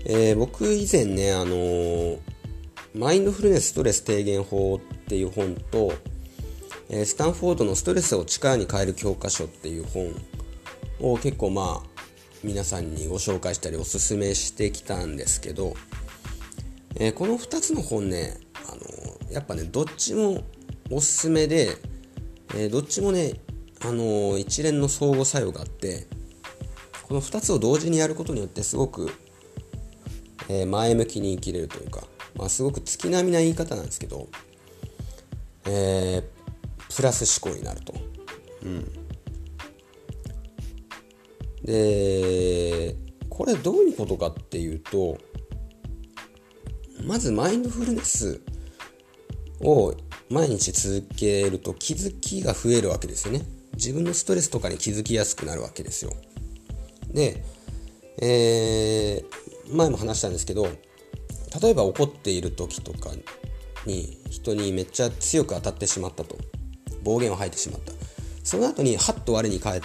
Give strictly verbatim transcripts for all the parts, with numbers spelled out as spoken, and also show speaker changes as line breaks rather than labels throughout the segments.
えー、僕以前ね、あのーマインドフルネスストレス低減法っていう本と、えー、スタンフォードのストレスを力に変える教科書っていう本を結構まあ皆さんにご紹介したりおすすめしてきたんですけど、えー、このふたつの本ね、あのー、やっぱねどっちもおすすめで、えー、どっちもね、あのー、一連の相互作用があって、このふたつを同時にやることによってすごく、えー、前向きに生きれるというか、まあ、すごく月並みな言い方なんですけど、えー、プラス思考になると、うん、でこれどういうことかっていうと、まずマインドフルネスを毎日続けると気づきが増えるわけですよね。自分のストレスとかに気づきやすくなるわけですよ。で、えー、前も話したんですけど、例えば怒っている時とかに人にめっちゃ強く当たってしまったと、暴言を吐いてしまった、その後にハッと我に返って、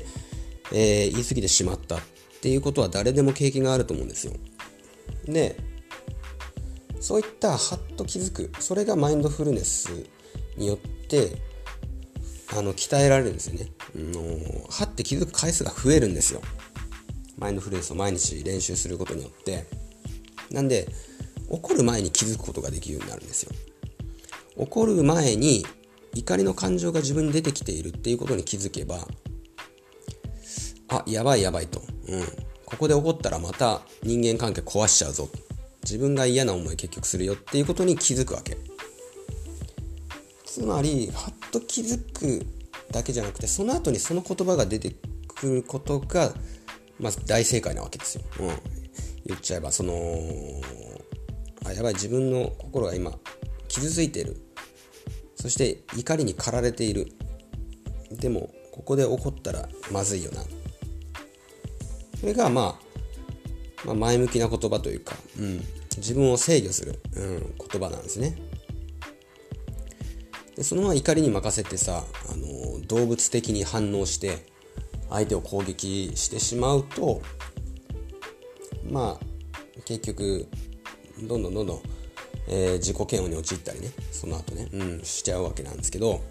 えー、言い過ぎてしまったっていうことは誰でも経験があると思うんですよ。で、そういったハッと気づく、それがマインドフルネスによってあの鍛えられるんですよね。のハッて気づく回数が増えるんですよ。マインドフルネスを毎日練習することによって。なんで怒る前に気づくことができるようになるんですよ。怒る前に怒りの感情が自分に出てきているっていうことに気づけば、あ、やばいやばいと、うん、ここで怒ったらまた人間関係壊しちゃうぞ、自分が嫌な思い結局するよっていうことに気づくわけ。つまりはっと気づくだけじゃなくて、その後にその言葉が出てくることがまず大正解なわけですよ。うん、言っちゃえば、そのあやばい自分の心が今傷ついている、そして怒りに駆られている、でもここで怒ったらまずいよな、それが、まあ、まあ前向きな言葉というか、うん、自分を制御する、うん、言葉なんですね。でそのまま怒りに任せてさ、あの動物的に反応して相手を攻撃してしまうと、まあ結局どんどんどんどん、えー、自己嫌悪に陥ったりね、その後ね、うん、しちゃうわけなんですけど、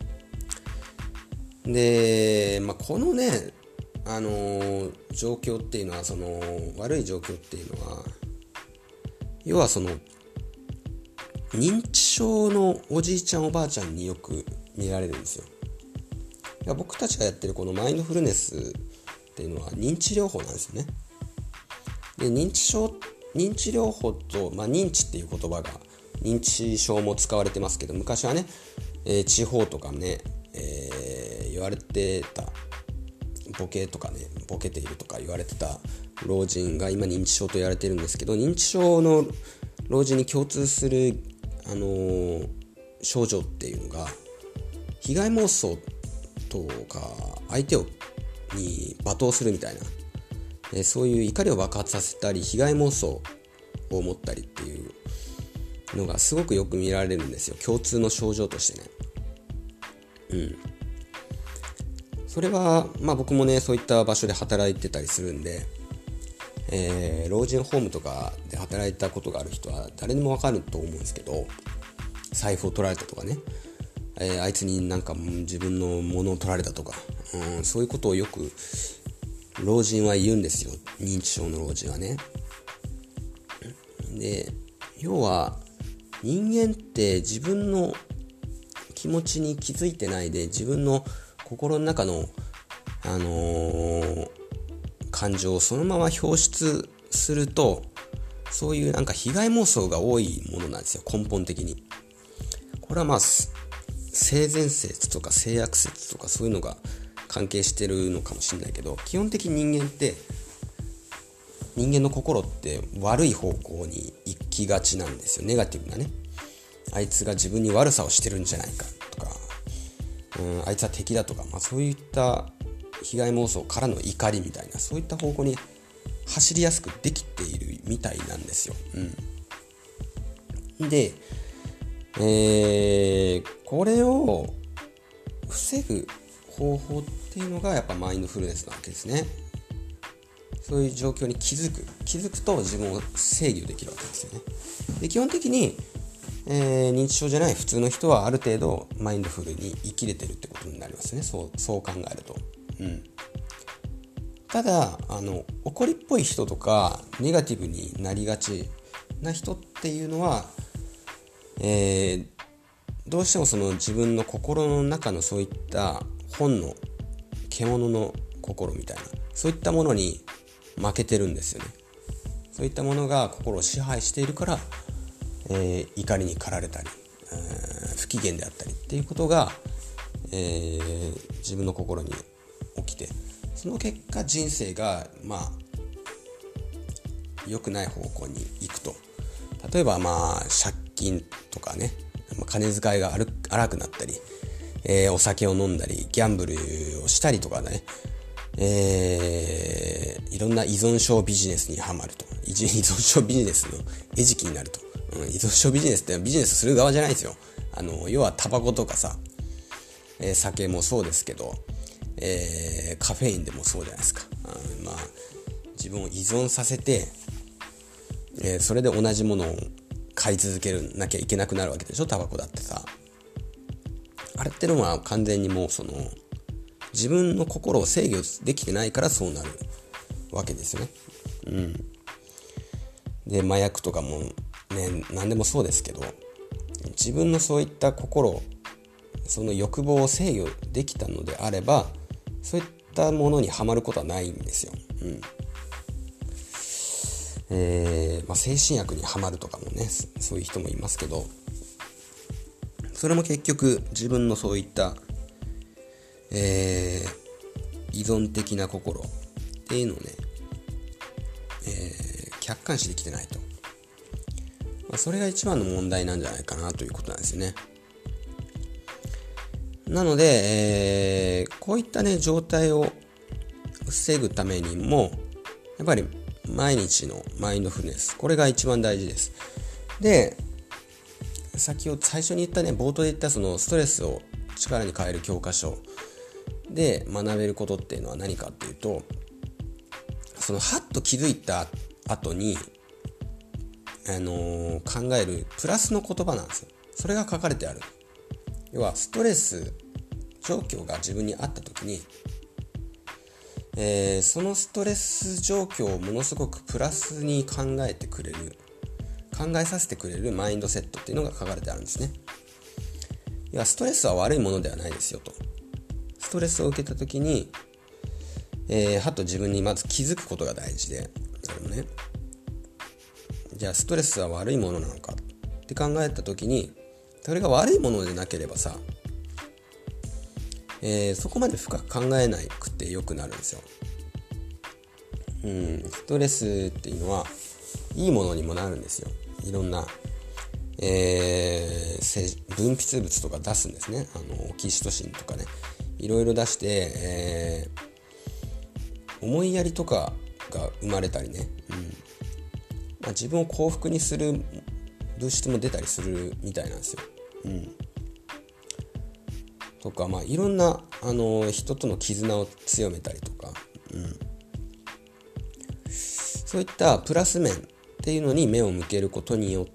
で、まあ、このね、あのー、状況っていうのは、その悪い状況っていうのは、要はその認知症のおじいちゃんおばあちゃんによく見られるんですよ。いや、僕たちがやってるこのマインドフルネスっていうのは認知療法なんですよね。で、認知症認知療法と、まあ、認知っていう言葉が認知症も使われてますけど、昔はね、えー、地方とかね、えー、言われてたボケとかね、ボケているとか言われてた老人が今認知症と言われてるんですけど、認知症の老人に共通する、あのー、症状っていうのが被害妄想とか相手をに罵倒するみたいな、えー、そういう怒りを爆発させたり被害妄想を持ったりっていうのがすごくよく見られるんですよ、共通の症状としてね。うん。それはまあ僕もね、そういった場所で働いてたりするんで、えー、老人ホームとかで働いたことがある人は誰にも分かると思うんですけど、財布を取られたとかね、えー、あいつになんか自分の物を取られたとか、うん、そういうことをよく老人は言うんですよ、認知症の老人はね。で、要は人間って自分の気持ちに気づいてないで、自分の心の中の、あのー、感情をそのまま表出すると、そういうなんか被害妄想が多いものなんですよ、根本的に。これはまあ性善説とか性悪説とかそういうのが関係してるのかもしれないけど、基本的に人間って人間の心って悪い方向に行きがちなんですよ、ネガティブなね。あいつが自分に悪さをしてるんじゃないかとか、うん、あいつは敵だとか、まあ、そういった被害妄想からの怒りみたいな、そういった方向に走りやすくできているみたいなんですよ。うん、で、えー、これを防ぐ方法っていうのがやっぱマインドフルネスなわけですね。 そういう状況に気づく気づくと自分を制御できるわけですよね。で基本的に、えー、認知症じゃない普通の人はある程度マインドフルに生きれてるってことになりますね。そうそう考えると、うん、ただあの怒りっぽい人とかネガティブになりがちな人っていうのは、えー、どうしてもその自分の心の中のそういった本の獣の心みたいなそういったものに負けてるんですよね。そういったものが心を支配しているから、えー、怒りに駆られたり、えー、不機嫌であったりっていうことが、えー、自分の心に起きて、その結果人生がまあ良くない方向に行くと。例えばまあ借金とかね、金遣いが荒くなったり、えー、お酒を飲んだりギャンブルをしたりとかね、えー、いろんな依存症ビジネスにはまると。依存症ビジネスの餌食になると、うん、依存症ビジネスってビジネスする側じゃないですよ。あの要はタバコとかさ、えー、酒もそうですけど、えー、カフェインでもそうじゃないですか。うん、まあ自分を依存させて、えー、それで同じものを買い続けるなきゃいけなくなるわけでしょ。タバコだってさ、あれってのは完全にもうその自分の心を制御できてないからそうなるわけですよね。うん。で麻薬とかもね、何でもそうですけど、自分のそういった心、その欲望を制御できたのであれば、そういったものにはまることはないんですよ。うん。えーまあ、精神薬にはまるとかもね、そういう人もいますけど、それも結局自分のそういった、えー、依存的な心っていうのをね、えー、客観視できてないと、まあ、それが一番の問題なんじゃないかなということなんですよね。なので、えー、こういったね状態を防ぐためにもやっぱり毎日のマインドフルネス、これが一番大事です。で、先ほど最初に言ったね、冒頭で言ったそのストレスを力に変える教科書で学べることっていうのは何かっていうと、そのハッと気づいた後に、あのー、考えるプラスの言葉なんですよ。それが書かれてある。要はストレス状況が自分にあった時に、えー、そのストレス状況をものすごくプラスに考えてくれる、考えさせてくれるマインドセットっていうのが書かれてあるんですね。いや、ストレスは悪いものではないですよと。ストレスを受けた時に、えー、はっと自分にまず気づくことが大事で、あのね、じゃあストレスは悪いものなのかって考えた時に、それが悪いものでなければさ、えー、そこまで深く考えなくてよくなるんですよ。うん、ストレスっていうのはいいものにもなるんですよ。いろんな、えー、分泌物とか出すんですね。あのオキシトシンとかね、いろいろ出して、えー、思いやりとかが生まれたりね、うんまあ、自分を幸福にする物質も出たりするみたいなんですよ。うんとか、まあいろんなあの人との絆を強めたりとか、うん、そういったプラス面っていうのに目を向けることによって、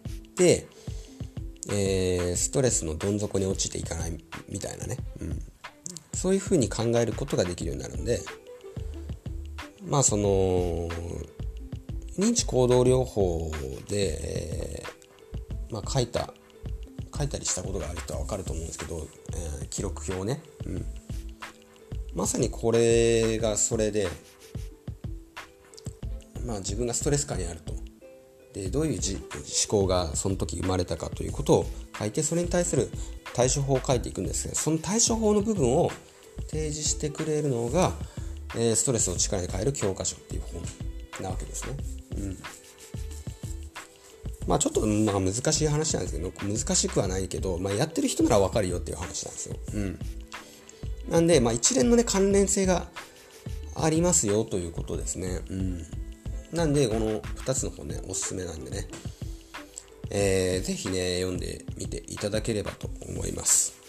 えー、ストレスのどん底に落ちていかないみたいなね、うん、そういうふうに考えることができるようになるんで、まあその認知行動療法で、えー、まあ書いた書いたりしたことがある人は分かると思うんですけど、えー、記録表ね、うん、まさにこれがそれで、まあ自分がストレス下にあると、でどういう思考がその時生まれたかということを書いて、それに対する対処法を書いていくんですけど、その対処法の部分を提示してくれるのが、えー、ストレスを力に変える教科書っていう本なわけですね。うんまあちょっとまあ難しい話なんですけど、難しくはないけど、まあ、やってる人なら分かるよっていう話なんですよ。うん、なんで、まあ、一連のね関連性がありますよということですね。うん、なんでこのふたつの本ねおすすめなんでね、えー、ぜひね読んでみていただければと思います。